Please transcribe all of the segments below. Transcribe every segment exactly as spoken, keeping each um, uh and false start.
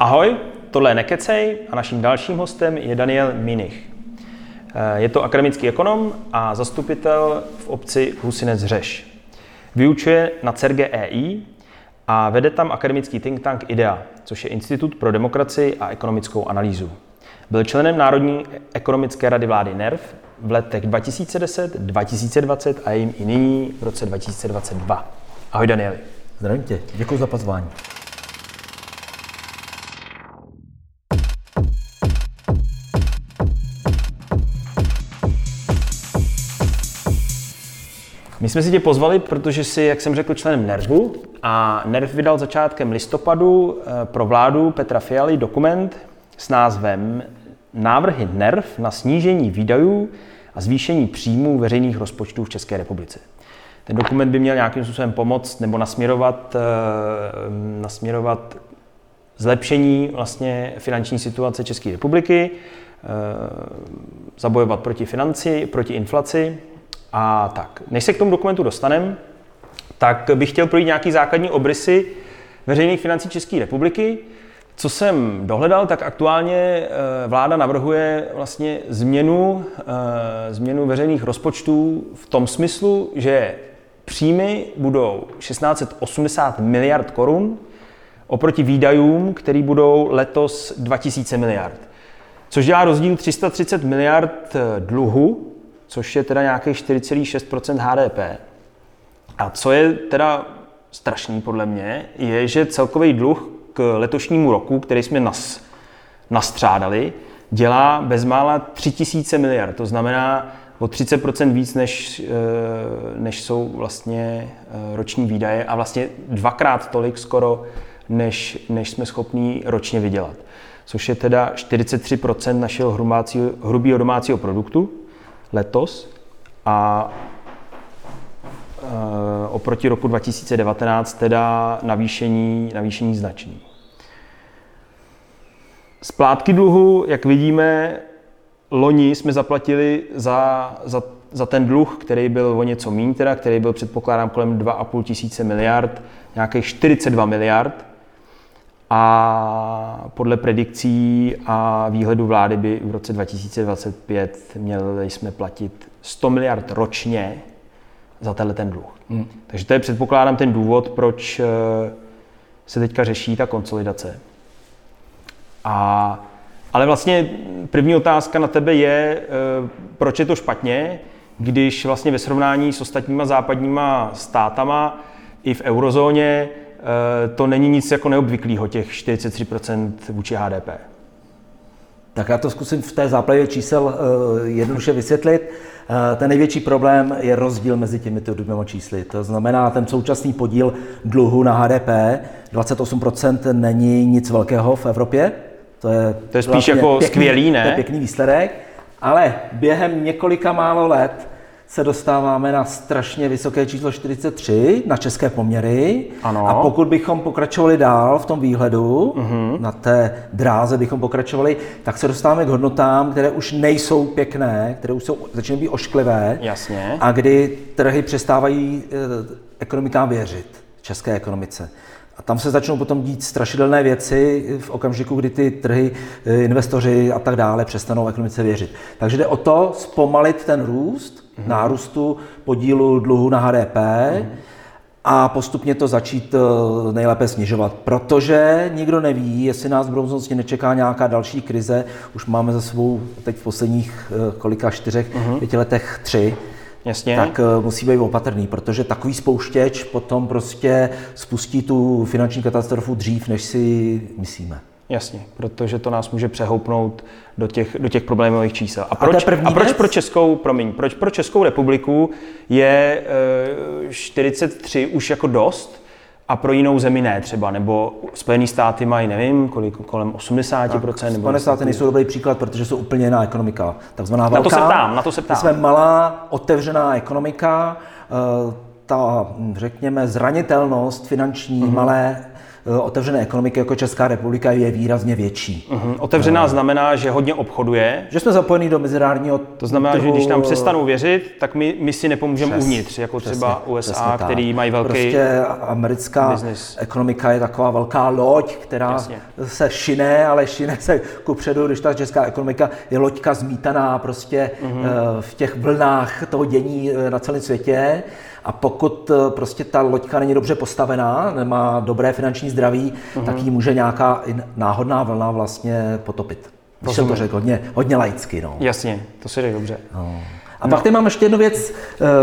Ahoj, tohle je Nekecej a naším dalším hostem je Daniel Münych. Je to akademický ekonom a zastupitel v obci Husinec-Řeš. Vyučuje na CERGE E I a vede tam akademický think tank IDEA, což je Institut pro demokracii a ekonomickou analýzu. Byl členem Národní ekonomické rady vlády N E R V v letech dva tisíce deset, dva tisíce dvacet a jim i nyní v roce dva tisíce dvacet dva. Ahoj Danieli. Zdravím tě, děkuji za pozvání. My jsme si tě pozvali, protože jsi, jak jsem řekl, členem N E R V a N E R V vydal začátkem listopadu pro vládu Petra Fialy dokument s názvem Návrhy N E R V na snížení výdajů a zvýšení příjmů veřejných rozpočtů v České republice. Ten dokument by měl nějakým způsobem pomoct nebo nasměrovat, nasměrovat zlepšení vlastně finanční situace České republiky, zabojovat proti financi, proti inflaci. A tak, než se k tomu dokumentu dostaneme, tak bych chtěl projít nějaký základní obrysy veřejných financí České republiky. Co jsem dohledal, tak aktuálně vláda navrhuje vlastně změnu, změnu veřejných rozpočtů v tom smyslu, že příjmy budou šestnáct osmdesát miliard korun oproti výdajům, které budou letos dva tisíce miliard. Což dělá rozdíl tři sta třicet miliard dluhu, což je teda nějakých čtyři celá šest procenta H D P. A co je teda strašný podle mě, je, že celkový dluh k letošnímu roku, který jsme nas, nastřádali, dělá bezmála tři tisíce miliard. To znamená o třicet procent víc, než, než jsou vlastně roční výdaje a vlastně dvakrát tolik skoro, než, než jsme schopní ročně vydělat. Což je teda čtyřicet tři procent našeho hrubého domácího produktu letos a e, oproti roku dva tisíce devatenáct teda navýšení, navýšení značný. Splátky dluhu, jak vidíme, loni jsme zaplatili za, za, za ten dluh, který byl o něco míň, teda, který byl předpokládám kolem dva a půl tisíce miliard, nějakých čtyřicet dva miliard. A podle predikcí a výhledu vlády by v roce dva tisíce dvacet pět měli jsme platit sto miliard ročně za tenhle ten dluh. Hmm. Takže to je předpokládám ten důvod, proč se teďka řeší ta konsolidace. A, ale vlastně první otázka na tebe je, proč je to špatně, když vlastně ve srovnání s ostatníma západníma státama i v eurozóně to není nic jako neobvyklého, těch čtyřicet tři procent vůči H D P. Tak já to zkusím v té záplavě čísel uh, jednoduše vysvětlit. Uh, ten největší problém je rozdíl mezi těmito dvěma čísly. To znamená, ten současný podíl dluhu na H D P, dvacet osm procent není nic velkého v Evropě. To je, to je spíš vlastně jako pěkný, skvělý, ne? To je pěkný výsledek, ale během několika málo let se dostáváme na strašně vysoké číslo čtyřicet tři na české poměry. Ano. A pokud bychom pokračovali dál v tom výhledu, uh-huh. na té dráze bychom pokračovali, tak se dostáváme k hodnotám, které už nejsou pěkné, které už jsou, začínají být ošklivé. Jasně. A kdy trhy přestávají eh, ekonomikám věřit, české ekonomice. A tam se začnou potom dít strašidelné věci v okamžiku, kdy ty trhy, investoři a tak dále přestanou ekonomice věřit. Takže jde o to zpomalit ten růst, mm-hmm. nárůstu podílu dluhu na H D P mm-hmm. a postupně to začít nejlépe snižovat. Protože nikdo neví, jestli nás v budoucnosti nečeká nějaká další krize. Už máme za sebou teď v posledních kolika čtyřech, mm-hmm. pěti letech tři. Jasně. Tak uh, musí být opatrný, protože takový spouštěč potom prostě spustí tu finanční katastrofu dřív, než si myslíme. Jasně, protože to nás může přehoupnout do těch, do těch problémových čísel. A proč, a a proč pro Českou, promiň, proč pro Českou republiku je uh, čtyřicet tři už jako dost a pro jinou zemi ne třeba, nebo Spojené státy mají, nevím, kolik, kolem osmdesát procent. Spojené státy nejsou dobrý příklad, protože jsou úplně jiná ekonomika, takzvaná velká. Na to se ptám, na to se ptám. My jsme malá, otevřená ekonomika, ta, řekněme, zranitelnost finanční, mm-hmm. malé otevřené ekonomiky jako Česká republika je výrazně větší. Uh-huh. Otevřená uh, znamená, že hodně obchoduje. Že jsme zapojení do mezinárodního To znamená, trhu, že když nám přestanou věřit, tak my, my si nepomůžeme přes, uvnitř, jako přesně, třeba U S A, který mají velký Prostě americká business. Ekonomika je taková velká loď, která Jasně. se šine, ale šine se kupředu, když ta česká ekonomika je loďka zmítaná prostě uh-huh. v těch vlnách toho dění na celém světě. A pokud prostě ta loďka není dobře postavená, nemá dobré finanční zdraví, uh-huh. tak ji může nějaká náhodná vlna vlastně potopit. Když jsem to řekl hodně, hodně laicky. No. Jasně, to si řekl dobře. No. A no. pak tady mám ještě jednu věc.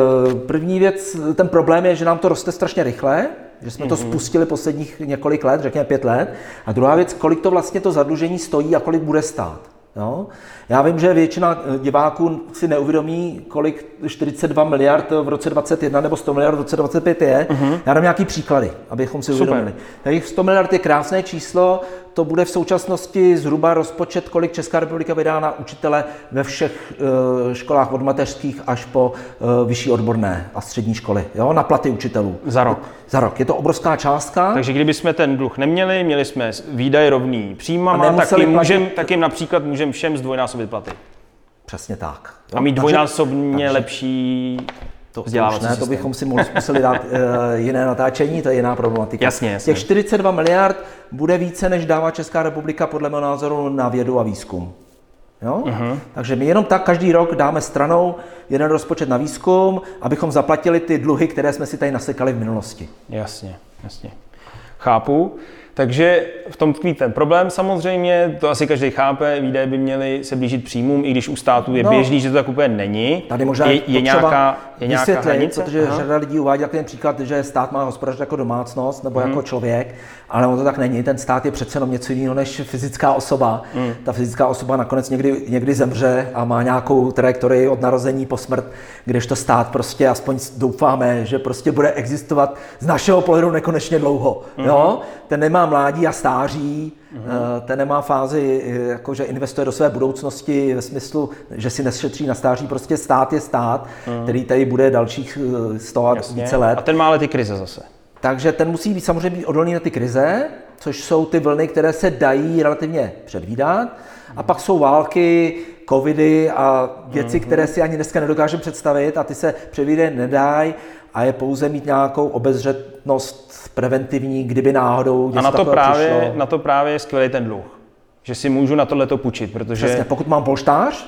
První věc, ten problém je, že nám to roste strašně rychle, že jsme mm-hmm. to spustili posledních několik let, řekněme pět let. A druhá věc, kolik to vlastně to zadlužení stojí a kolik bude stát. Jo? Já vím, že většina diváků si neuvědomí, kolik čtyřicet dva miliard v roce dvacet jedna nebo sto miliard v roce dvacet pět je. Uh-huh. Já dám nějaký příklady, abychom si uvědomili. Tady sto miliard je krásné číslo, to bude v současnosti zhruba rozpočet, kolik Česká republika vydá na učitele ve všech uh, školách od mateřských až po uh, vyšší odborné a střední školy, jo? Na platy učitelů. Za rok. Za rok. Je to obrovská částka. Takže kdybychom ten dluh neměli, měli jsme výdaje rovný příjmama, tak jim, můžem, tak jim například můžeme všem zdvojnásobit platy. Přesně tak. A mít dvojnásobně takže, lepší to vzdělávací ne, systém. To bychom si museli dát uh, jiné natáčení, to je jiná problematika. Jasně, jasně. Těch čtyřicet dva miliard bude více, než dává Česká republika podle mého názoru na vědu a výzkum. Jo? Uh-huh. Takže my jenom tak každý rok dáme stranou jeden rozpočet na výzkum, abychom zaplatili ty dluhy, které jsme si tady nasekali v minulosti. Jasně, jasně. Chápu. Takže v tom tkví ten problém samozřejmě, to asi každý chápe, výdaje by měly se blížit příjmům, i když u státu je no, běžný, že to tak úplně není. Tady možná je, je nějaká, je nějaká hranice? Protože Aha. řada lidí uvádí jako ten příklad, že stát má hospodařit jako domácnost nebo hmm. jako člověk, ale ono to tak není. Ten stát je přece jenom něco jiného než fyzická osoba. Hmm. Ta fyzická osoba nakonec někdy, někdy zemře a má nějakou trajektorii od narození po smrt, kdežto stát prostě, aspoň doufáme, že prostě bude existovat z našeho pohledu nekonečně dlouho. Hmm. Jo? Ten nemá mládí a stáří, mm-hmm. ten nemá fázi, jakože investuje do své budoucnosti ve smyslu, že si nešetří na stáří. Prostě stát je stát, mm. který tady bude dalších sto a více let. A ten má ale ty krize zase. Takže ten musí být samozřejmě být odolný na ty krize, což jsou ty vlny, které se dají relativně předvídat. A pak jsou války, covidy a věci, mm-hmm. které si ani dneska nedokážeme představit a ty se předvídat nedají. A je pouze mít nějakou obezřetnost preventivní, kdyby náhodou něco takového přišlo. A na to právě je skvělý ten dluh. Že si můžu na tohleto půjčit, protože... Přesně, pokud mám polštář,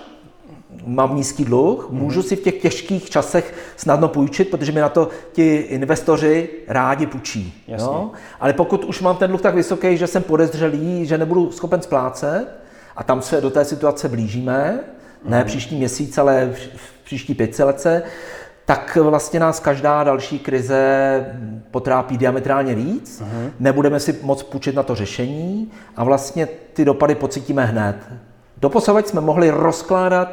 mám nízký dluh, mm-hmm. můžu si v těch těžkých časech snadno půjčit, protože mi na to ti investoři rádi půjčí. No? Ale pokud už mám ten dluh tak vysoký, že jsem podezřelý, že nebudu schopen splácet, a tam se do té situace blížíme, mm-hmm. ne příští měsíc, ale v příští pětiletce, tak vlastně nás každá další krize potrápí diametrálně víc, uh-huh. nebudeme si moc půjčit na to řešení a vlastně ty dopady pocítíme hned. Doposavad jsme mohli rozkládat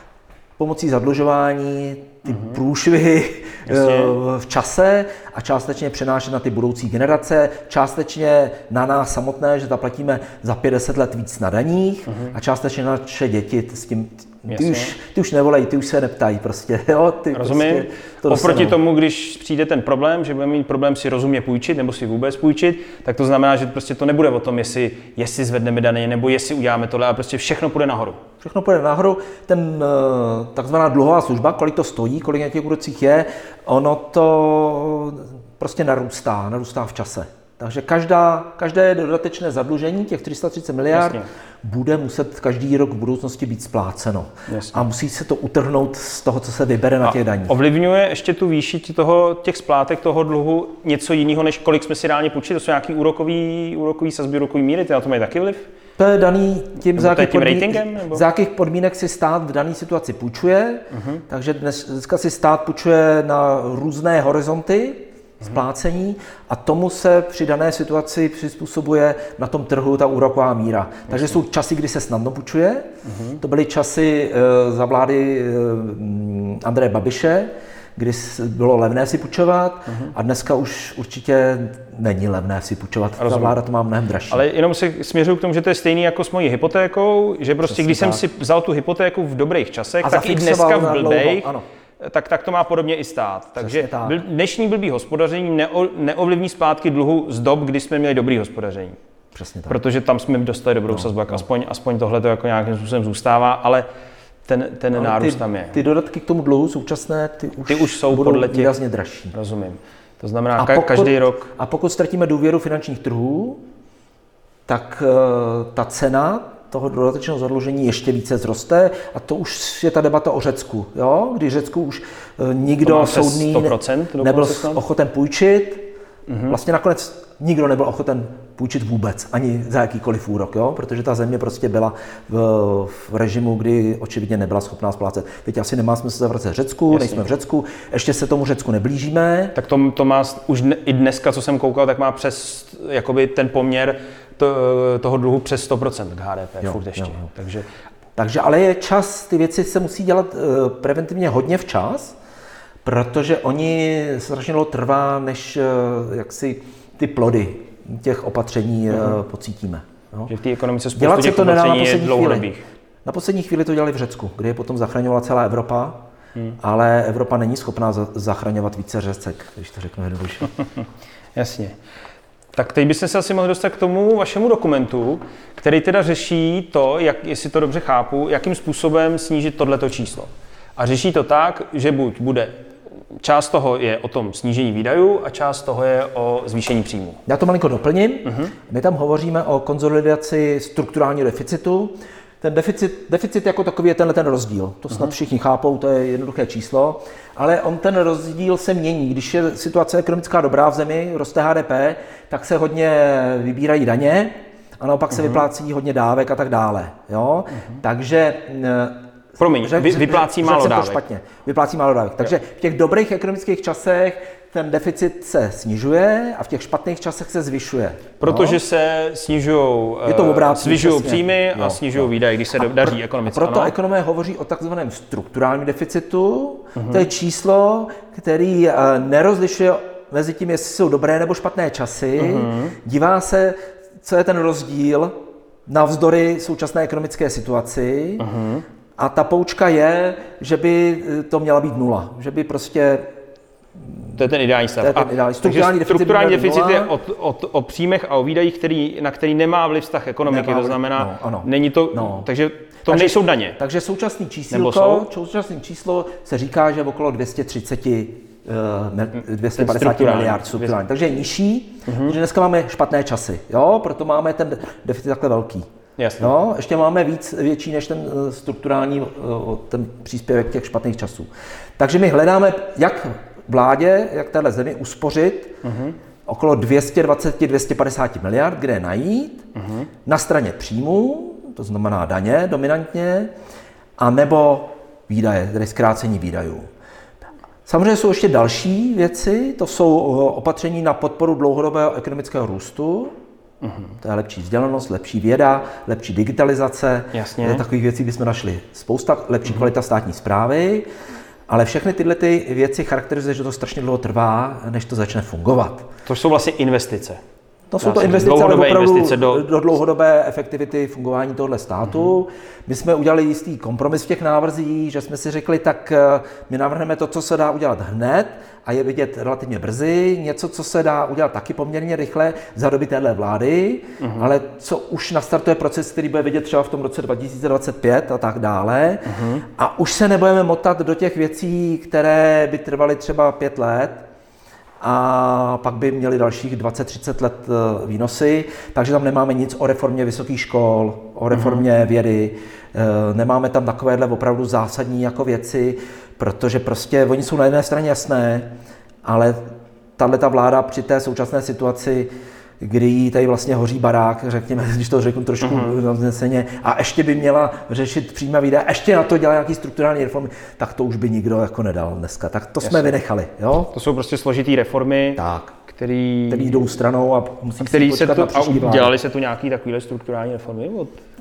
pomocí zadlužování ty uh-huh. průšvihy Jasně. v čase a částečně přenášet na ty budoucí generace, částečně na nás samotné, že zaplatíme za pět deset let víc na daních uh-huh. a částečně na naše děti s tím. Ty už, ty už nevolají, ty už se neptají prostě. Jo? Ty Rozumím. Prostě to Oproti tomu, když přijde ten problém, že budeme mít problém si rozumně půjčit nebo si vůbec půjčit, tak to znamená, že prostě to nebude o tom, jestli, jestli zvedneme daně nebo jestli uděláme tohle, a prostě všechno půjde nahoru. Všechno půjde nahoru. Ten takzvaná dluhová služba, kolik to stojí, kolik na těch úrocích je, ono to prostě narůstá, narůstá v čase. Takže každá, každé dodatečné zadlužení, těch tři sta třicet miliard, Jasně. bude muset každý rok v budoucnosti být spláceno. Jasně. A musí se to utrhnout z toho, co se vybere na těch daních. Ovlivňuje ještě tu výši toho, těch splátek toho dluhu něco jiného, než kolik jsme si reálně půjčili? To jsou nějaký úrokový, úrokový sazby, úrokový míry, ty na to mají taky vliv? To je daný tím, za jakých, tím podmínek, za jakých podmínek si stát v dané situaci půjčuje. Uh-huh. Takže dnes, dneska si stát půjčuje na různé horizonty splácení a tomu se při dané situaci přizpůsobuje na tom trhu ta úroková míra. Takže jsou časy, kdy se snadno půjčuje. Uh-huh. To byly časy uh, za vlády uh, Andreje Babiše, kdy bylo levné si půjčovat uh-huh. a dneska už určitě není levné si půjčovat. Ta vláda to má mnohem dražší. Ale jenom se směřuju k tomu, že to je stejný jako s mojí hypotékou, že prostě Přesně když tak. jsem si vzal tu hypotéku v dobrých časech, a tak i dneska v blbejch tak, tak to má podobně i stát. Takže tak. dnešní blbý hospodaření neo, neovlivní zpátky dluhu z dob, kdy jsme měli dobrý hospodaření. Přesně tak. Protože tam jsme dostali dobrou no, sazbu, no. aspoň, aspoň tohle to jako nějakým způsobem zůstává, ale ten, ten ale nárůst ty, tam je. Ty dodatky k tomu dluhu současné, ty už, ty už jsou budou podle těch, výrazně dražší. Rozumím. To znamená, a ka- pokud, každý rok... A pokud ztratíme důvěru finančních trhů, tak uh, ta cena toho dodatečného zadlužení ještě více vzroste a to už je ta debata o Řecku, jo? Kdy Řecku už uh, nikdo soudný ne, nebyl ochoten půjčit, mm-hmm. vlastně nakonec nikdo nebyl ochoten půjčit vůbec, ani za jakýkoliv úrok, jo? Protože ta země prostě byla v, v režimu, kdy očividně nebyla schopná splácet. Teď asi nemá smysl se vracet Řecku, Jasně. nejsme v Řecku, ještě se tomu Řecku neblížíme. Tak to, to má už dne, i dneska, co jsem koukal, tak má přes jakoby ten poměr to, toho dluhu přes sto procent k H D P, jo, furt ještě. Jo, jo. Takže... Takže ale je čas, ty věci se musí dělat uh, preventivně hodně včas, protože oni strašně dlouho trvá, než uh, jak si ty plody těch opatření uh-huh. uh, pocítíme. Jo? Že v té ekonomice spoustu těch opatření je dlouhodobých. Na poslední chvíli to dělali v Řecku, kde je potom zachraňovala celá Evropa, hmm. ale Evropa není schopná za- zachraňovat více Řecek, když to řeknu jednoduše. Jasně. Tak teď byste se asi mohli dostat k tomu vašemu dokumentu, který teda řeší to, jak, jestli to dobře chápu, jakým způsobem snížit tohleto číslo. A řeší to tak, že buď bude, část toho je o tom snížení výdajů a část toho je o zvýšení příjmů. Já to malinko doplním. Uh-huh. My tam hovoříme o konsolidaci strukturálního deficitu. Ten deficit, deficit jako takový je tenhle ten rozdíl. To snad uh-huh. všichni chápou, to je jednoduché číslo. Ale on ten rozdíl se mění. Když je situace ekonomická dobrá v zemi, roste H D P, tak se hodně vybírají daně a naopak uh-huh. se vyplácí hodně dávek a tak dále. Jo? Uh-huh. Takže... Promiň, řek, vy, vyplácí řek, málo řek dávek. Špatně. Vyplácí málo dávek. Takže jo. v těch dobrých ekonomických časech ten deficit se snižuje a v těch špatných časech se zvyšuje. Protože no? se snižují snižují příjmy a snižují výdaje, když se a daří pr- ekonomice. Proto ano? ekonomé hovoří o takzvaném strukturálním deficitu. Uh-huh. To je číslo, který uh, nerozlišuje mezi tím, jestli jsou dobré nebo špatné časy. Uh-huh. Dívá se, co je ten rozdíl navzdory současné ekonomické situaci. Uh-huh. A ta poučka je, že by to měla být nula, že by prostě... To je ten ideální stav. Ten ideální. Strukturální deficit, strukturální deficit je o, o, o příjmech a o výdajích, který, na který nemá vliv vztah ekonomiky, nemá, to znamená, no, ano. není to, no. takže to takže, nejsou daně. Takže současný číslo, současný číslo se říká, že okolo dvě stě třicet, dvě stě padesát miliard strukturální, takže je nižší, uh-huh. protože dneska máme špatné časy, jo, proto máme ten deficit takhle velký. Jasně. No, ještě máme víc větší než ten strukturální, ten příspěvek těch špatných časů. Takže my hledáme, jak vládě, jak téhle zemi uspořit uh-huh. okolo dvě stě dvacet až dvě stě padesát miliard, kde je najít, uh-huh. na straně příjmů, to znamená daně dominantně, a nebo výdaje, tedy zkrácení výdajů. Samozřejmě jsou ještě další věci, to jsou opatření na podporu dlouhodobého ekonomického růstu. Uhum. To je lepší vzdělanost, lepší věda, lepší digitalizace. Jasně. Takových věcí bychom našli spousta, lepší uhum. kvalita státní správy, ale všechny tyhle ty věci charakterizuje, že to strašně dlouho trvá, než to začne fungovat. To jsou vlastně investice. To jsou to investice, ale opravdu investice do... do dlouhodobé efektivity fungování tohoto státu. Mm. My jsme udělali jistý kompromis v těch návrzích, že jsme si řekli, tak my navrhneme to, co se dá udělat hned a je vidět relativně brzy, něco, co se dá udělat taky poměrně rychle za doby téhle vlády, mm. ale co už nastartuje proces, který bude vidět třeba v tom roce dva tisíce dvacet pět a tak dále. Mm. A už se nebudeme motat do těch věcí, které by trvaly třeba pět let, a pak by měli dalších dvacet třicet let výnosy, takže tam nemáme nic o reformě vysokých škol, o reformě vědy, nemáme tam takovéhle opravdu zásadní jako věci, protože prostě oni jsou na jedné straně jasné, ale tahleta vláda při té současné situaci, kdy tady vlastně hoří barák, řekněme, když to řeknu trošku vzneseně, a ještě by měla řešit přímé výdaje, ještě na to dělat nějaký strukturální reformy, tak to už by nikdo jako nedal dneska. Tak to Jasně. jsme vynechali. Jo? To jsou prostě složitý reformy, tak. který, který jdou stranou a musí a který si počkat se to, na příští a dělali se tu nějaký takovýhle strukturální reformy od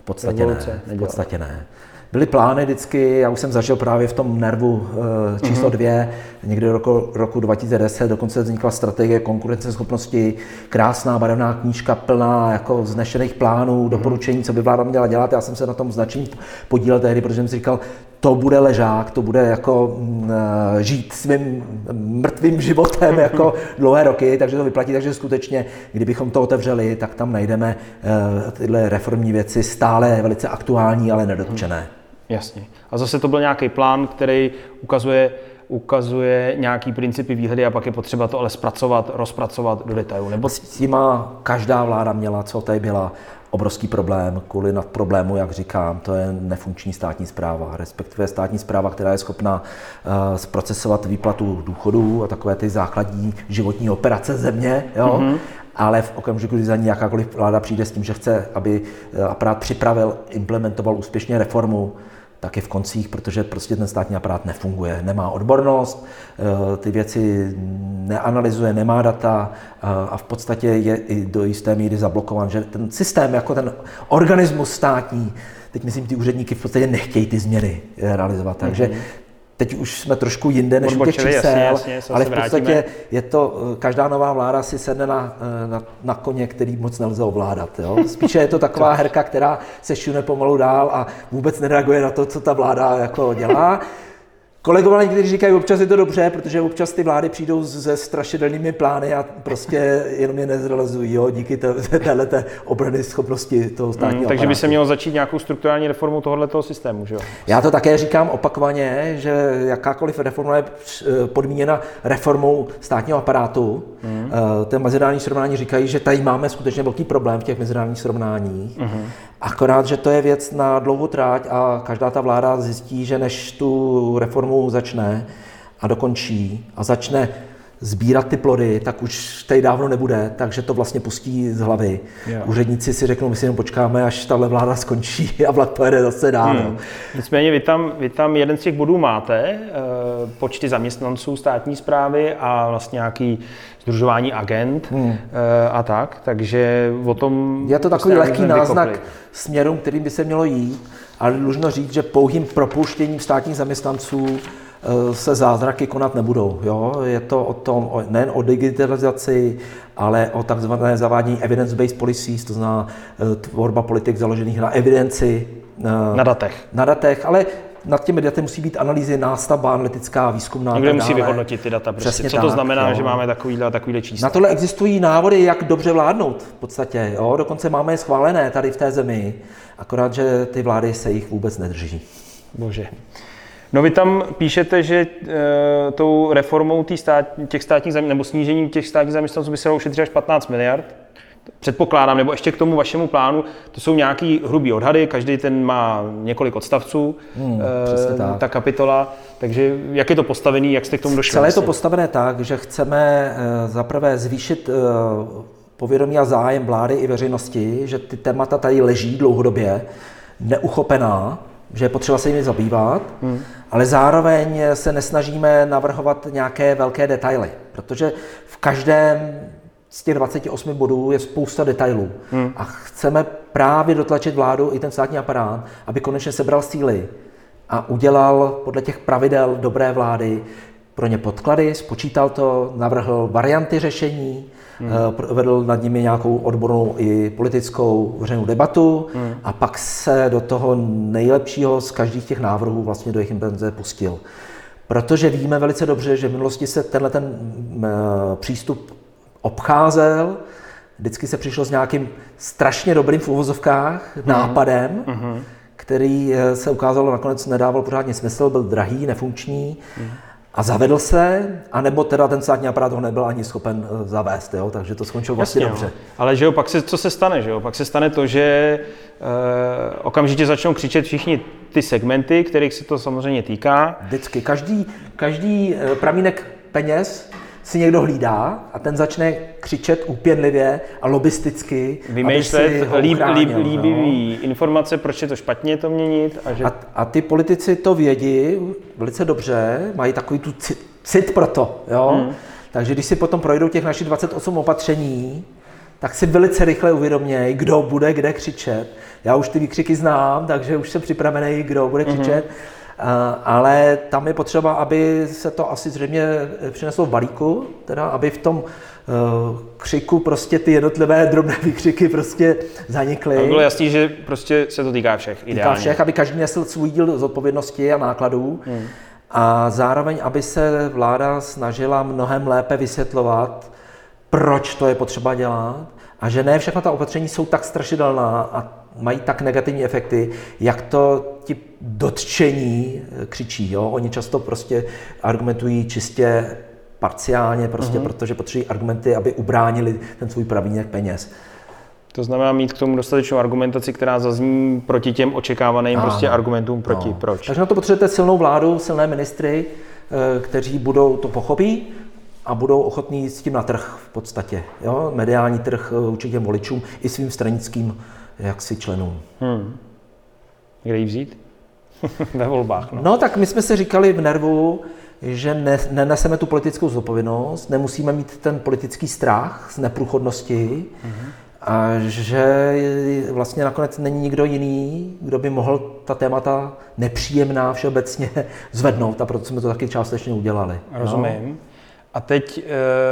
v podstatě ne. V podstatě ne. Byly plány vždycky, já už jsem zažil právě v tom nervu e, číslo mm-hmm. dvě, někdy do roku, roku dva tisíce deset, dokonce vznikla strategie konkurenceschopnosti, krásná barevná knížka plná jako vznešených plánů, mm-hmm. doporučení, co by vláda měla dělat. Já jsem se na tom značně podílel tehdy, protože jsem si říkal, to bude ležák, to bude jako e, žít svým mrtvým životem jako dlouhé roky, takže to vyplatí. Takže skutečně, kdybychom to otevřeli, tak tam najdeme e, tyhle reformní věci stále velice aktuální, ale nedotčené. Jasně. A zase to byl nějaký plán, který ukazuje, ukazuje nějaký principy, výhledy a pak je potřeba to ale zpracovat, rozpracovat do detailu. Nebo... S tím každá vláda měla, co tady byla, obrovský problém, kvůli nad problému, jak říkám, to je nefunkční státní správa, respektive státní správa, která je schopna uh, zprocesovat výplatu důchodů a takové ty základní životní operace země, jo? Mm-hmm. Ale v okamžiku, kdy za ní jakákoliv vláda přijde s tím, že chce, aby aparát připravil, implementoval úspěšně reformu, tak je v koncích, protože prostě ten státní aparát nefunguje, nemá odbornost, ty věci neanalyzuje, nemá data a v podstatě je i do jisté míry zablokovan, že ten systém, jako ten organismus státní, teď myslím, ty úředníky v podstatě nechtějí ty změny realizovat, takže mm-hmm. teď už jsme trošku jinde než u těch čísel, jasně, jasně, ale v podstatě je to, každá nová vláda si sedne na, na, na koně, který moc nelze ovládat. Jo? Spíše je to taková herka, která se šune pomalu dál a vůbec nereaguje na to, co ta vláda jako dělá. Kolegové někteří říkají, občas je to dobře, protože občas ty vlády přijdou se strašidelnými plány a prostě jenom je nezrealizují, jo, díky téhleté obrany schopnosti toho státního mm, Takže aparátu. by se mělo začít nějakou strukturální reformou tohoto systému, že jo? Já to také říkám opakovaně, že jakákoliv reforma je podmíněna reformou státního aparátu. Mm. Ty mezinárodní srovnání říkají, že tady máme skutečně velký problém v těch mezinárodních srovnáních. Mm. Akorát, že to je věc na dlouhou tráť a každá ta vláda zjistí, že než tu reformu začne a dokončí a začne sbírat ty plody, tak už tady dávno nebude, takže to vlastně pustí z hlavy. Yeah. Úředníci si řeknou, my si jenom počkáme, až tahle vláda skončí a vlak pojede zase dál. Hmm. Nicméně vy tam, vy tam jeden z těch bodů máte, počty zaměstnanců státní správy a vlastně nějaký sdružování agent hmm. a tak, takže o tom... Je to takový lehký náznak směrům, kterým by se mělo jít, ale dlužno říct, že pouhým propuštěním státních zaměstnanců se zázraky konat nebudou. Jo? Je to o tom, nejen o digitalizaci, ale o takzvané zavádění evidence-based policies, to znamená tvorba politik založených na evidenci. Na datech. Na datech, ale nad těmi daty musí být analýzy, nástavba, analytická, výzkumná. Někdo musí vyhodnotit ty data. Prostě. Co to tak, znamená, jo. že máme takovýhle a takovýhle čísla? Na tohle existují návody, jak dobře vládnout v podstatě. Jo? Dokonce máme je schválené tady v té zemi, akorát, že ty vlády se jich vůbec nedrží. Bože. No vy tam píšete, že e, tou reformou stát, těch státních nebo snížením těch státních zaměstnanců by se dalo ušetřit až patnáct miliard. Předpokládám, nebo ještě k tomu vašemu plánu, to jsou nějaký hrubý odhady, každý ten má několik odstavců, hmm, e, ta tak. kapitola, takže jak je to postavený, jak jste k tomu došli? Celé je to postavené tak, že chceme e, zaprvé zvýšit e, povědomí a zájem vlády i veřejnosti, že ty témata tady leží dlouhodobě, neuchopená, že je potřeba se jimi zabývat, hmm. ale zároveň se nesnažíme navrhovat nějaké velké detaily, protože v každém z těch dvaceti osmi bodů je spousta detailů hmm. a chceme právě dotlačit vládu i ten státní aparát, aby konečně sebral síly a udělal podle těch pravidel dobré vlády pro ně podklady, spočítal to, navrhl varianty řešení, hmm. vedl nad nimi nějakou odbornou i politickou veřejnou debatu hmm. a pak se do toho nejlepšího z každých těch návrhů vlastně do jejich implementace pustil. Protože víme velice dobře, že v minulosti se tenhle ten přístup obcházel, vždycky se přišlo s nějakým strašně dobrým v uvozovkách hmm. nápadem, hmm. který se ukázalo nakonec nedával pořádně smysl, byl drahý, nefunkční, hmm. a zavedl se, anebo teda ten státní aparát ho nebyl ani schopen zavést, jo? Takže to skončilo vlastně Jasně, dobře. Jo. Ale že jo, pak se, co se stane, že jo? Pak se stane to, že e, okamžitě začnou křičet všichni ty segmenty, kterých se to samozřejmě týká. Vždycky. Každý, každý pramínek peněz si někdo hlídá a ten začne křičet úpěnlivě a lobisticky, vymýšlet líb, líb, líbivý no. informace, proč je to špatně to měnit. A, že... a, a ty politici to vědí velice dobře, mají takový tu cit, cit pro to. Jo? Hmm. Takže když si potom projdou těch našich dvacet osm opatření, tak si velice rychle uvědoměj, kdo bude kde křičet. Já už ty výkřiky znám, takže už jsem připravený, kdo bude křičet. Mm-hmm. Ale tam je potřeba, aby se to asi zřejmě přineslo v balíku, teda aby v tom křiku prostě ty jednotlivé drobné výkřiky prostě zanikly. Aby bylo jasný, že prostě se to týká všech, ideálně. Týká všech, aby každý nesl svůj díl zodpovědnosti a nákladů. Hmm. A zároveň, aby se vláda snažila mnohem lépe vysvětlovat, proč to je potřeba dělat a že ne všechna ta opatření jsou tak strašidelná a mají tak negativní efekty, jak to ti dotčení křičí. Jo? Oni často prostě argumentují čistě parciálně, prostě, uh-huh. protože potřebují argumenty, aby ubránili ten svůj pravínek peněz. To znamená mít k tomu dostatečnou argumentaci, která zazní proti těm očekávaným ano. prostě argumentům proti. No. Proč? Takže na to potřebujete silnou vládu, silné ministry, kteří budou to pochopí a budou ochotní s tím na trh v podstatě. Jo? Mediální trh určitě voličům i svým stranickým jaksi členům. Hmm. Kde ji vzít? Ve volbách. No. no tak my jsme si říkali v Nervu, že ne, neneseme tu politickou zodpovědnost, nemusíme mít ten politický strach z neprůchodnosti mm-hmm. a že vlastně nakonec není nikdo jiný, kdo by mohl ta témata nepříjemná všeobecně zvednout a proto jsme to taky částečně udělali. Rozumím. No. A teď,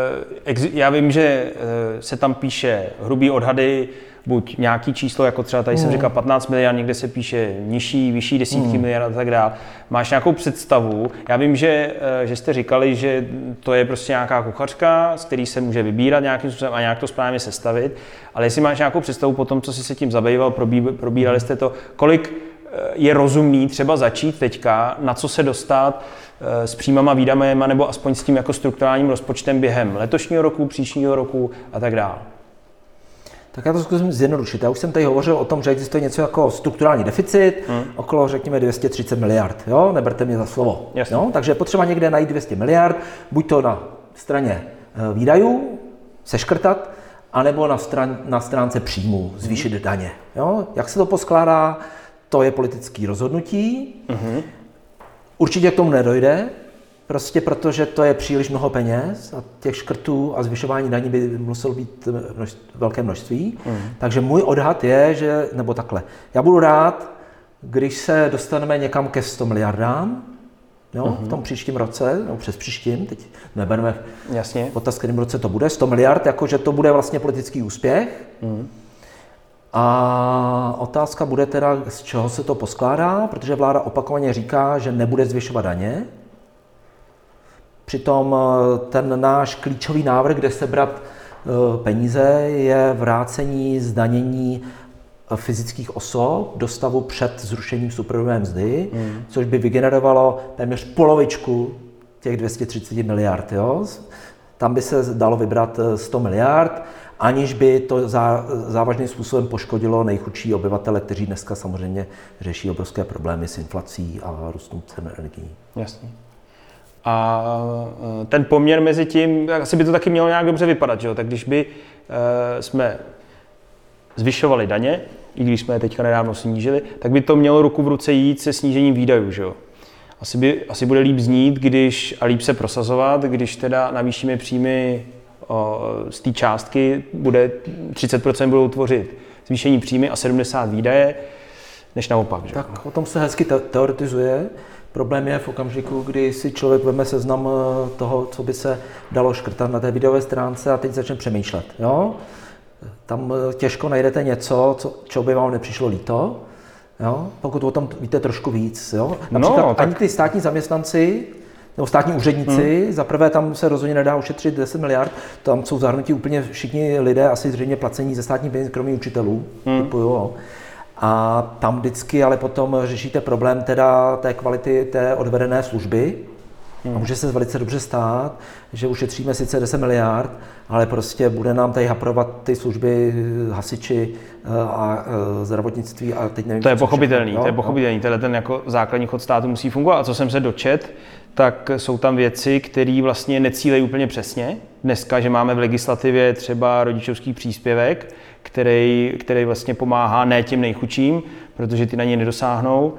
já vím, že se tam píše hrubý odhady, buď nějaký číslo, jako třeba tady mm. jsem říkal patnáct miliard, někde se píše nižší, vyšší desítky mm. miliard a tak dále. Máš nějakou představu? Já vím, že, že jste říkali, že to je prostě nějaká kuchařka, z který se může vybírat nějakým způsobem a nějak to správně sestavit, ale jestli máš nějakou představu po tom, co jsi se tím zabýval, probírali jste to, kolik je rozumný třeba začít teďka, na co se dostat s příjmama, výdajema nebo aspoň s tím jako strukturálním rozpočtem během letošního roku, příštího roku a tak dále. Tak já to zkusím zjednodušit. Já už jsem tady hovořil o tom, že existuje něco jako strukturální deficit, hmm. okolo řekněme dvě stě třicet miliard. Jo? Neberte mě za slovo. Jo? Takže je potřeba někde najít dvě stě miliard, buď to na straně výdajů, seškrtat, anebo na, stran, na stránce příjmů, zvýšit hmm. daně. Jo? Jak se to poskládá, to je politické rozhodnutí. Hmm. Určitě k tomu nedojde, prostě protože to je příliš mnoho peněz a těch škrtů a zvyšování daní by muselo být množství, velké množství. Mm. Takže můj odhad je, že, nebo takhle, já budu rád, když se dostaneme někam ke sto miliardám, jo, mm-hmm. v tom příštím roce, nebo přes příštím, teď nebereme v potaz, kterým roce to bude, sto miliard, jakože to bude vlastně politický úspěch. Mm. A otázka bude teda, z čeho se to poskládá, protože vláda opakovaně říká, že nebude zvyšovat daně. Přitom ten náš klíčový návrh, kde sebrat peníze, je vrácení zdanění fyzických osob do stavu před zrušením superhrubé mzdy, mm. což by vygenerovalo téměř polovičku těch dvě stě třicet miliard. Jo? Tam by se dalo vybrat sto miliard, aniž by to zá, závažným způsobem poškodilo nejchudší obyvatele, kteří dneska samozřejmě řeší obrovské problémy s inflací a růstem cen energií. Jasně. A ten poměr mezi tím, asi by to taky mělo nějak dobře vypadat, že jo? Tak když by e, jsme zvyšovali daně, i když jsme je teďka nedávno snížili, tak by to mělo ruku v ruce jít se snížením výdajů, že jo? Asi, by, asi bude líp znít, když, a líp se prosazovat, když teda navýšíme příjmy o, z té částky, bude třicet procent budou tvořit zvýšení příjmy a sedmdesát výdaje, než naopak, že? Tak o tom se hezky te- teoretizuje. Problém je v okamžiku, kdy si člověk veme seznam toho, co by se dalo škrtat na té videové stránce a teď začne přemýšlet. Jo? Tam těžko najdete něco, co, čeho by vám nepřišlo líto, jo? Pokud o tom víte trošku víc. Jo? Například no, tak... ani ty státní zaměstnanci nebo státní úředníci, hmm. za prvé tam se rozhodně nedá ušetřit deset miliard, tam jsou zahrnutí úplně všichni lidé, asi zřejmě placení ze státních peněz, kromě učitelů. Hmm. Typu, jo. A tam vždycky ale potom řešíte problém teda té kvality té odvedené služby. Hmm. A může se velice dobře stát, že ušetříme sice deset miliard, ale prostě bude nám tady haprovat ty služby hasiči a zdravotnictví a teď nevím. To je pochopitelný, všechno, to je pochopitelný. Tenhle ten jako základní chod státu musí fungovat. A co jsem se dočet, tak jsou tam věci, které vlastně necílejí úplně přesně. Dneska, že máme v legislativě třeba rodičovský příspěvek, který, který vlastně pomáhá ne těm nejchudším, protože ty na ně nedosáhnou.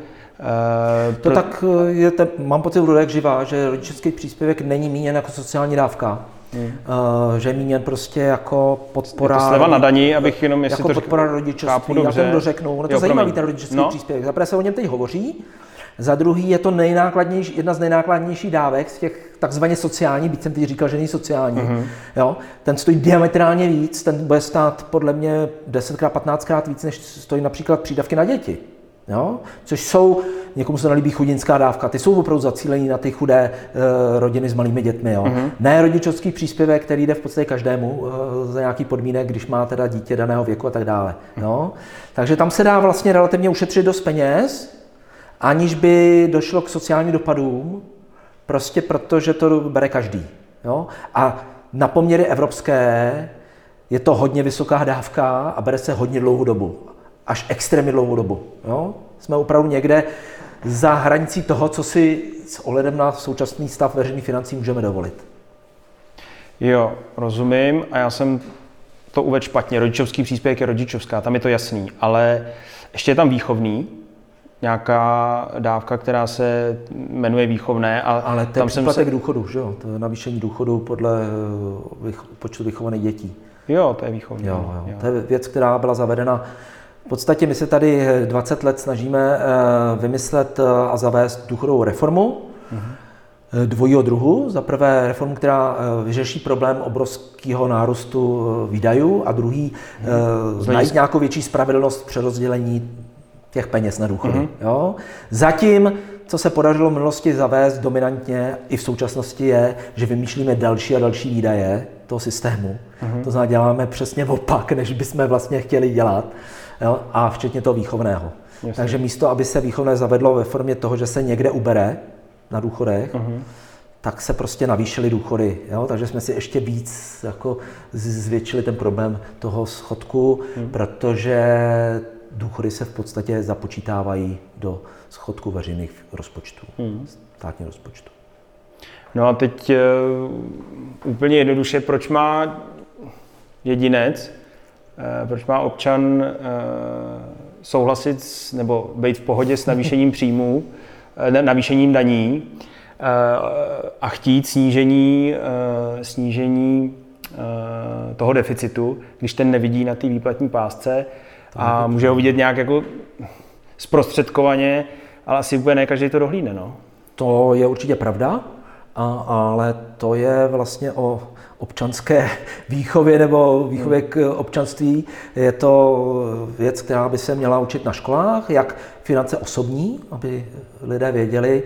To pro... tak je, te, mám pocit, Ludek živá, že rodičovský příspěvek není míněn jako sociální dávka, hmm. uh, že je míněn prostě jako podpora... Je to sleva na dani, abych jenom, jestli jako to podpora rodičovství, já to dořeknu. No to jo, zajímavý ten rodičovský no. příspěvek. Zaprvé se o něm teď hovoří, za druhý je to nejnákladnější, jedna z nejnákladnějších dávek z těch takzvaně sociálních, byť jsem teď říkal, že není sociální. Mm-hmm. Jo? Ten stojí diametrálně víc, ten bude stát podle mě desetkrát, patnáctkrát víc, než stojí například přídavky na děti. Jo? Což jsou, někomu se nelíbí chudinská dávka, ty jsou opravdu zacílení na ty chudé e, rodiny s malými dětmi. Jo? Mm-hmm. Ne rodičovský příspěvek, který jde v podstatě každému e, za nějaký podmínek, když má teda dítě daného věku a tak dále. Jo? Takže tam se dá vlastně relativně ušetřit dost peněz, aniž by došlo k sociálním dopadům, prostě protože to bere každý. Jo? A na poměry evropské je to hodně vysoká dávka a bere se hodně dlouhou dobu. Až extrémně dlouhou dobu. Jo? Jsme opravdu někde za hranicí toho, co si s ohledem na současný stav veřejných financí můžeme dovolit. Jo, rozumím. A já jsem to uvedl špatně. Rodičovský příspěvek je rodičovská, tam je to jasný. Ale ještě je tam výchovný, nějaká dávka, která se jmenuje výchovné. A ale to je příplatek se... důchodu, že jo? To je navýšení důchodu podle vycho... počtu vychovaných dětí. Jo, to je výchovné. Jo, jo. Jo. To je věc, která byla zavedena. V podstatě my se tady dvacet let snažíme vymyslet a zavést důchodovou reformu uh-huh. dvojího druhu. Za prvé reformu, která vyřeší problém obrovského nárůstu výdajů a druhý uh-huh. najít nějakou větší spravedlnost přerozdělení těch peněz na důchody. Uh-huh. Jo? Zatím, co se podařilo v minulosti zavést dominantně i v současnosti je, že vymýšlíme další a další výdaje toho systému. Uh-huh. To znamená, děláme přesně opak, než bychom vlastně chtěli dělat. Jo? A včetně toho výchovného. Jasně. Takže místo, aby se výchovné zavedlo ve formě toho, že se někde ubere na důchodech, uh-huh. tak se prostě navýšily důchody. Jo? Takže jsme si ještě víc jako zvětšili ten problém toho schodku, uh-huh. protože důchody se v podstatě započítávají do schodku veřejných rozpočtů, hmm. státního rozpočtu. No a teď uh, úplně jednoduše, proč má jedinec, uh, proč má občan uh, souhlasit s, nebo být v pohodě s navýšením příjmů, uh, navýšením daní uh, a chtít snížení, uh, snížení uh, toho deficitu, když ten nevidí na té výplatní pásce, a může ho vidět nějak jako zprostředkovaně, ale asi úplně ne každý to dohlídne, no. To je určitě pravda, a, ale to je vlastně o občanské výchově nebo výchově k občanství. Je to věc, která by se měla učit na školách, jak finance osobní, aby lidé věděli,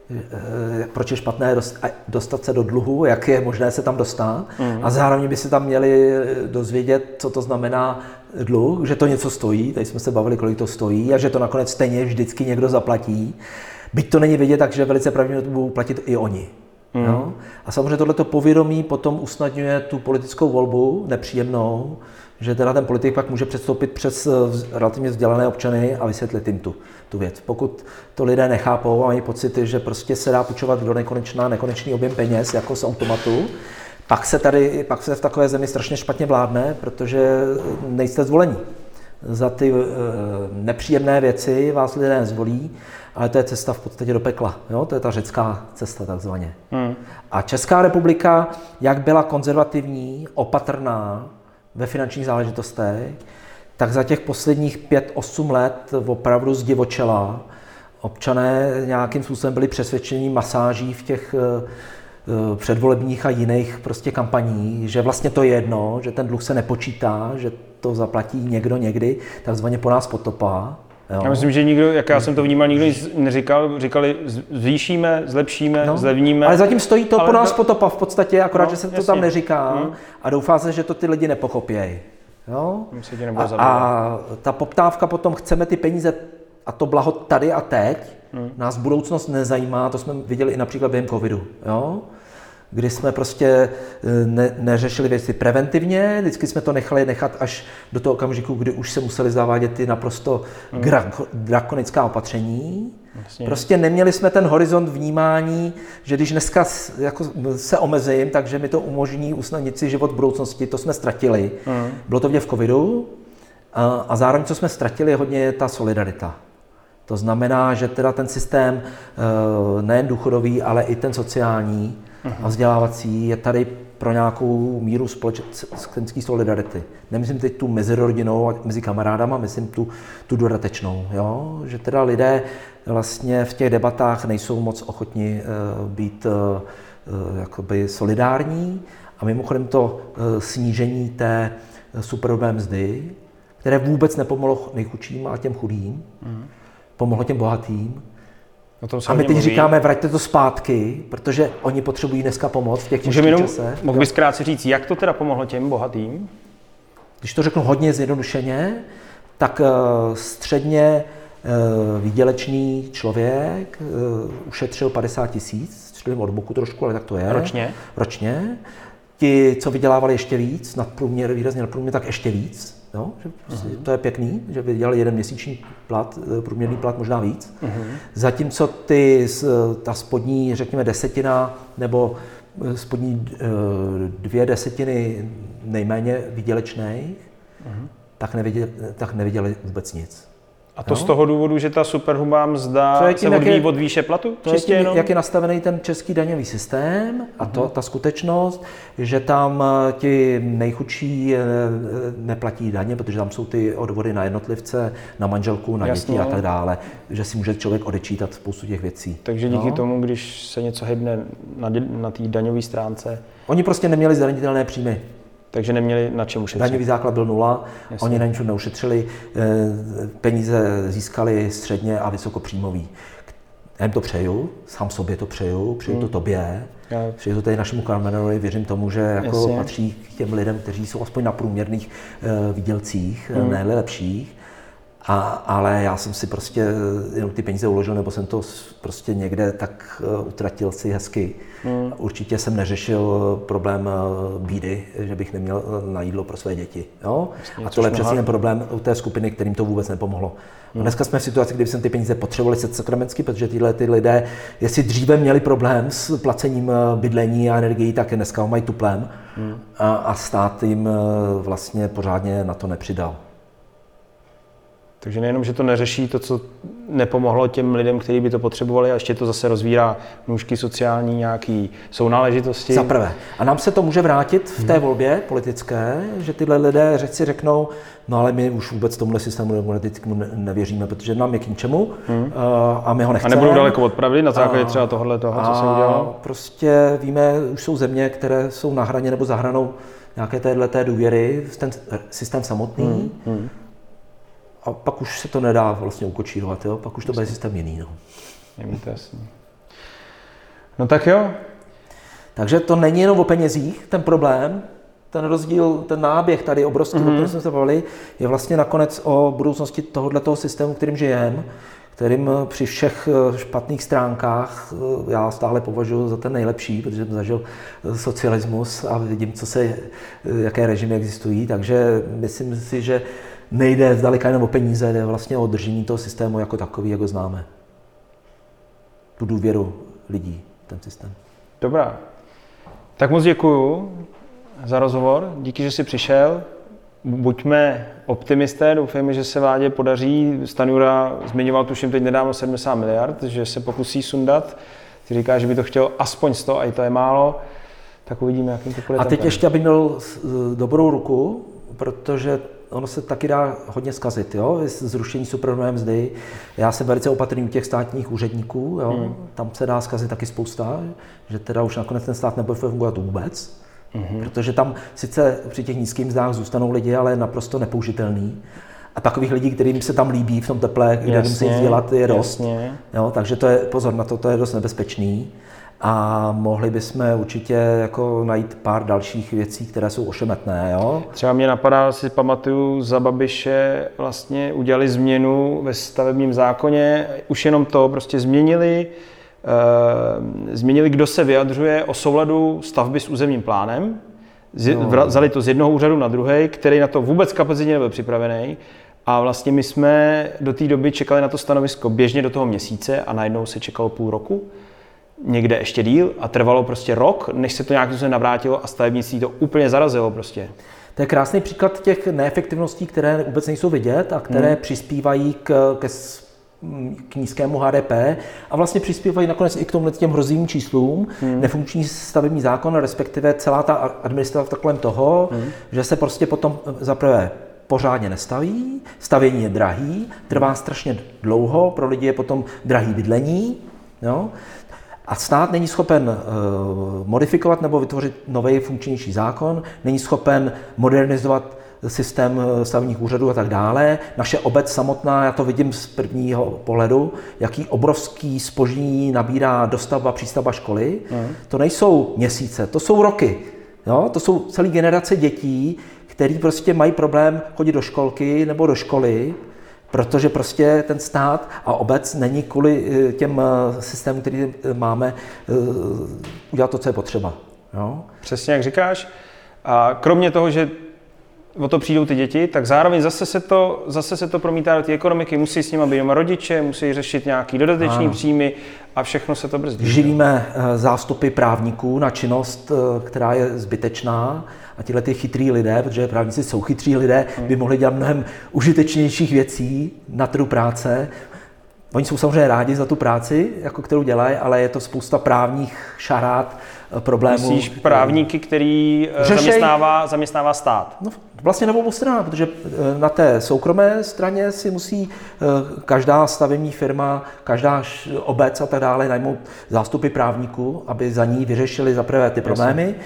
proč je špatné dostat se do dluhu, jak je možné se tam dostat. Mm. A zároveň by se tam měli dozvědět, co to znamená dluh, že to něco stojí, tady jsme se bavili, kolik to stojí, a že to nakonec stejně vždycky někdo zaplatí. Byť to není vidět, takže velice pravděpodobně budou platit i oni. Mm. No? A samozřejmě tohleto povědomí potom usnadňuje tu politickou volbu nepříjemnou, že teda ten politik pak může předstoupit přes relativně vzdělané občany a vysvětlit jim tu, tu věc. Pokud to lidé nechápou a mají pocit, že prostě se dá půjčovat do nekonečná, nekonečný objem peněz jako z automatu, pak se tady, pak se v takové zemi strašně špatně vládne, protože nejste zvolení. Za ty e, nepříjemné věci vás lidé nezvolí, ale to je cesta v podstatě do pekla. Jo? To je ta řecká cesta takzvaně. Hmm. A Česká republika, jak byla konzervativní, opatrná ve finančních záležitostech, tak za těch posledních pět osm let opravdu zdivočela. Občané nějakým způsobem byli přesvědčeni masáží v těch předvolebních a jiných prostě kampaní, že vlastně to je jedno, že ten dluh se nepočítá, že to zaplatí někdo někdy, takzvaně po nás potopa. Jo. Já myslím, že nikdo, jak já jsem to vnímal, nikdo nic neříkal, říkali zvýšíme, zlepšíme, no, zlevníme. Ale zatím stojí to ale po nás to... potopa v podstatě, akorát, no, že se jasně. to tam neříká hmm. a doufá se, že to ty lidi nepochopějí. Jo? A, a ta poptávka potom, chceme ty peníze a to blaho tady a teď, hmm. nás budoucnost nezajímá, to jsme viděli i například během covidu. Jo? Kdy jsme prostě ne, neřešili věci preventivně, vždycky jsme to nechali nechat až do toho okamžiku, kdy už se museli zavádět ty naprosto hmm. gra, drakonická opatření. Jasně. Prostě neměli jsme ten horizont vnímání, že když dneska jako se omezím, takže mi to umožní usnadnit si život v budoucnosti, to jsme ztratili. Hmm. Bylo to v covidu a, a zároveň, co jsme ztratili, je hodně ta solidarita. To znamená, že teda ten systém nejen důchodový, ale i ten sociální a vzdělávací je tady pro nějakou míru společenské solidarity. Nemyslím teď tu mezi rodinou a mezi kamarádama, myslím tu, tu dodatečnou. Jo? Že teda lidé vlastně v těch debatách nejsou moc ochotni uh, být uh, uh, jakoby solidární a mimochodem to uh, snížení té superhrubé mzdy, které vůbec nepomohlo nejchudším a těm chudým, mm. pomohlo těm bohatým. A my teď mluví. Říkáme, vraťte to zpátky, protože oni potřebují dneska pomoc v těch těžkých časech. Mohl bys krátce říct, jak to teda pomohlo těm bohatým? Když to řeknu hodně zjednodušeně, tak středně výdělečný člověk ušetřil padesát tisíc, střelím od boku trošku, ale tak to je. Ročně? Ročně. Ti, co vydělávali ještě víc, nadprůměr, výrazně nadprůměr, tak ještě víc. Jo? Že prostě uh-huh. To je pěkný, že vydělali jeden měsíční plat, průměrný plat, možná víc. Uh-huh. Zatímco ty, ta spodní, řekněme, desetina nebo spodní dvě desetiny nejméně výdělečných, uh-huh. tak, neviděli, tak neviděli vůbec nic. A to jo? Z toho důvodu, že ta superhrubá mzda tím, se odvíjí od výše platu? To je tím, jenom? Jak je nastavený ten český daňový systém a to, ta skutečnost, že tam ti nejchudší neplatí daně, protože tam jsou ty odvody na jednotlivce, na manželku, na Jasně. děti a tak dále, že si může člověk odečítat spoustu těch věcí. Takže díky no? tomu, když se něco hybne na, na té daňové stránce... Oni prostě neměli zranitelné příjmy. Takže neměli na čem ušetřit. Daňový základ byl nula, Jasně. oni na ničem neušetřili, peníze získali středně a vysokopříjmový. Já jim to přeju, sám sobě to přeju, přeju hmm. to tobě, Já. přeju to tady našemu Carmenovi, věřím tomu, že jako Jasně. patří k těm lidem, kteří jsou aspoň na průměrných výdělcích, hmm. ne lepších. A, ale já jsem si prostě jenom ty peníze uložil, nebo jsem to prostě někde tak utratil si hezky. Hmm. Určitě jsem neřešil problém bídy, že bych neměl na jídlo pro své děti. Jo? A tohle je přesně ten problém u té skupiny, kterým to vůbec nepomohlo. Hmm. Dneska jsme v situaci, kdy jsem ty peníze potřebovali sakramensky, protože tyhle ty lidé, jestli dříve měli problém s placením bydlení a energií, tak dneska mají tuplém hmm. a, a stát jim vlastně pořádně na to nepřidal. Takže nejenom, že to neřeší to, co nepomohlo těm lidem, kteří by to potřebovali, a ještě to zase rozvírá nůžky sociální, nějaký sounáležitosti. Za prvé. A nám se to může vrátit v té volbě politické, že tyhle lidé si řeknou, no ale my už vůbec tomuhle systému demokratickému nevěříme, protože nám je k ničemu hmm. a my ho nechceme. A nebudou daleko od pravdy na základě třeba tohohle toho, co se udělalo? Prostě víme, už jsou země, které jsou na hraně nebo za hranou nějaké téhleté důvěry v ten systém samotný. Hmm. Hmm. A pak už se to nedá vlastně ukočírovat, jo? Pak už to bude systém jiný. No. Je mi to jasný. No tak jo. Takže to není jenom o penězích, ten problém, ten rozdíl, ten náběh tady obrovský, mm-hmm. o kterém jsme se bavili, je vlastně nakonec o budoucnosti tohoto systému, kterým žijeme, kterým při všech špatných stránkách já stále považuji za ten nejlepší, protože jsem zažil socialismus a vidím, co se, jaké režimy existují, takže myslím si, že nejde zdaleka jenom o peníze, jde vlastně o držení toho systému jako takový, jak ho známe. Tu důvěru lidí, ten systém. Dobrá. Tak moc děkuju za rozhovor, díky, že jsi přišel. Buďme optimisté, doufejme, že se vládě podaří. Stanjura zmiňoval, tuším, teď nedávno sedmdesát miliard, že se pokusí sundat. Ty říkáš, že by to chtělo aspoň sto, a i to je málo. Tak uvidíme, jakým to půjde. A teď ten. Ještě, aby měl dobrou ruku, protože ono se taky dá hodně zkazit, jo? Zrušení superhrubé mzdy. Já jsem velice opatrný u těch státních úředníků, jo? Hmm. Tam se dá zkazit taky spousta, že teda už nakonec ten stát nebude fungovat vůbec, hmm. protože tam sice při těch nízkých mzdách zůstanou lidi, ale naprosto nepoužitelný. A takových lidí, kterým se tam líbí v tom teple, kde musí dělat, je dost. Jo? Takže to je, pozor na to, to je dost nebezpečný. A mohli bychom určitě jako najít pár dalších věcí, které jsou ošemetné. Jo? Třeba mě napadá, si pamatuju, za Babiše vlastně udělali změnu ve stavebním zákoně. Už jenom to prostě změnili, e, změnili, kdo se vyjadřuje o souladu stavby s územním plánem. Z, no. Vzali to z jednoho úřadu na druhý, který na to vůbec kapacitně nebyl připravený. A vlastně my jsme do té doby čekali na to stanovisko běžně do toho měsíce a najednou se čekalo půl roku. Někde ještě díl a trvalo prostě rok, než se to nějak se navrátilo a stavebnictví to úplně zarazilo prostě. To je krásný příklad těch neefektivností, které vůbec nejsou vidět a které hmm. přispívají k, ke k nízkému H D P a vlastně přispívají nakonec i k tomu těm hrozivým číslům. Hmm. Nefunkční stavební zákon, respektive celá ta administrativa kolem toho, hmm. že se prostě potom zaprvé pořádně nestaví, stavění je drahý, trvá strašně dlouho, pro lidi je potom drahý bydlení, jo? A stát není schopen uh, modifikovat nebo vytvořit nový funkčnější zákon, není schopen modernizovat systém stavebních úřadů a tak dále. Naše obec samotná, já to vidím z prvního pohledu, jaký obrovský zpoždění nabírá dostavba, přístavba školy. Mm. To nejsou měsíce, to jsou roky. Jo? To jsou celé generace dětí, který prostě mají problém chodit do školky nebo do školy, protože prostě ten stát a obec není kvůli těm systémům, který máme, udělat to, co je potřeba. Jo? Přesně jak říkáš. A kromě toho, že o to přijdou ty děti, tak zároveň zase se to, zase se to promítá do té ekonomiky, musí s nimi být doma rodiče, musí řešit nějaký dodateční příjmy a všechno se to brzdí. Živíme zástupy právníků na činnost, která je zbytečná a tyhle ty chytrý lidé, protože právníci jsou chytrý lidé, by mohli dělat mnohem užitečnějších věcí na trhu práce. Oni jsou samozřejmě rádi za tu práci, jako kterou dělají, ale je to spousta právních šarád, problémů. Myslíš právníky, který Řešej... zaměstnává, zaměstnává stát? No, vlastně na obou stranách, protože na té soukromé straně si musí každá stavební firma, každá obec a tak dále najmout zástupy právníků, aby za ní vyřešili zaprvé ty problémy. Jasně.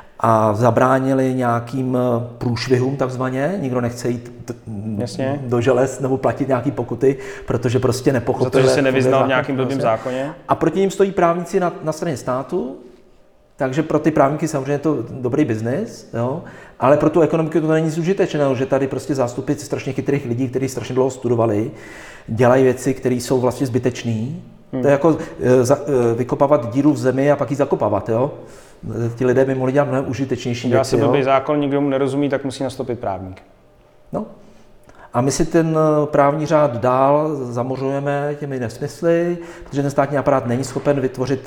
A zabránili nějakým průšvihům takzvaně. Nikdo nechce jít Jasně. do želez nebo platit nějaký pokuty, protože prostě nepochopili. Za to, že se nevyznal v nějakým blbým zákoně. A proti ním stojí právníci na, na straně státu, takže pro ty právníky samozřejmě je to dobrý biznis, jo? Ale pro tu ekonomiku to není nic užitečného, že tady prostě zástupy strašně chytrých lidí, kteří strašně dlouho studovali, dělají věci, které jsou vlastně zbytečné. Hmm. To je jako e, vykopávat díru v zemi a pak ji zakopávat, jo? Ti lidé by mohli dělat mnohem užitečnější věci. Dělá se blbý zákon, nikdo mu nerozumí, tak musí nastoupit právník. No. A my si ten právní řád dál zamořujeme těmi nesmysly, protože ten státní aparát není schopen vytvořit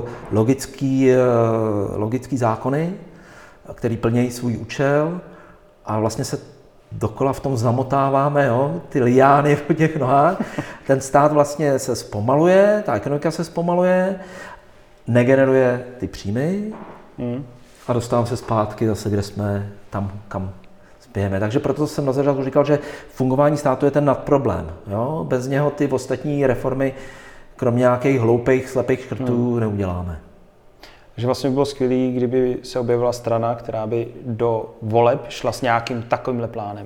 logický, logický zákony, který plnějí svůj účel a vlastně se dokola v tom zamotáváme, jo, ty liány v těch nohách. Ten stát vlastně se zpomaluje, ta ekonomika se zpomaluje, negeneruje ty příjmy hmm. a dostáváme se zpátky zase, kde jsme, tam, kam spějeme. Takže proto jsem na začátku říkal, že fungování státu je ten nadproblém. Jo? Bez něho ty ostatní reformy, kromě nějakých hloupých, slepých škrtů, hmm. neuděláme. Takže vlastně by bylo skvělé, kdyby se objevila strana, která by do voleb šla s nějakým takovýmhle plánem.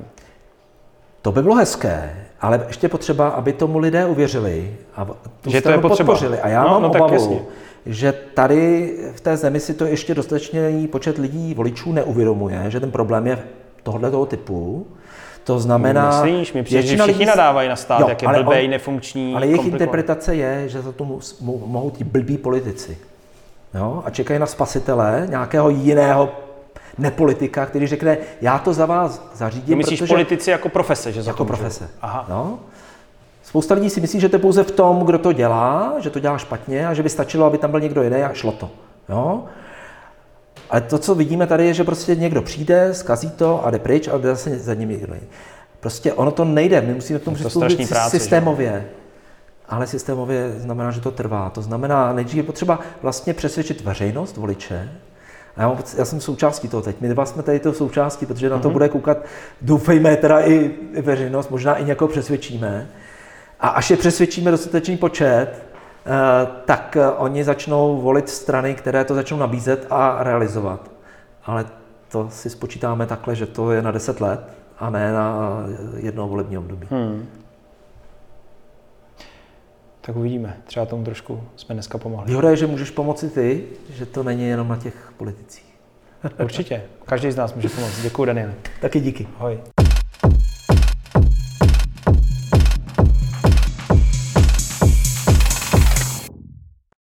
To by bylo hezké, ale ještě potřeba, aby tomu lidé uvěřili a tu že to je potřeba. Podpořili. A já no, mám no, obavu, že tady v té zemi si to ještě dostatečný počet lidí, voličů neuvědomuje, že ten problém je tohoto typu. To znamená... Myslíš, mi přijde, že všichni lidí... nadávají na stát, jo, jak je blbej, on, nefunkční, ale jejich interpretace je, že za to mohou ti blbí politici. Jo? A čekají na spasitele, nějakého jiného nepolitika, který řekne, já to za vás zařídím, myslíš protože... politici jako profese, že za jako to profese. Aha. No? Spousta lidí si myslí, že to je pouze v tom, kdo to dělá, že to dělá špatně a že by stačilo, aby tam byl někdo jiný a šlo to. Jo? Ale to, co vidíme tady, je, že prostě někdo přijde, zkazí to a jde pryč a jde zase za ním někdo jiný. Prostě ono to nejde, my musíme k tomu přistupovat systémově. Že? Ale systémově znamená, že to trvá. To znamená, nejdřív je potřeba vlastně přesvědčit veřejnost, voliče. A já, já jsem součástí toho teď. My dva jsme tady to součástí, protože na to mm-hmm. bude koukat, doufejme, teda i veřejnost, možná i někoho přesvědčíme. A až je přesvědčíme dostatečný počet, tak oni začnou volit strany, které to začnou nabízet a realizovat. Ale to si spočítáme takhle, že to je na deset let a ne na jedno volební období. Hmm. Tak uvidíme. Třeba tomu trošku jsme dneska pomohli. Výhoda je, že můžeš pomoci ty, že to není jenom na těch politicích. Určitě. Každý z nás může pomoct. Děkuji, Daniel. Taky díky. Ahoj.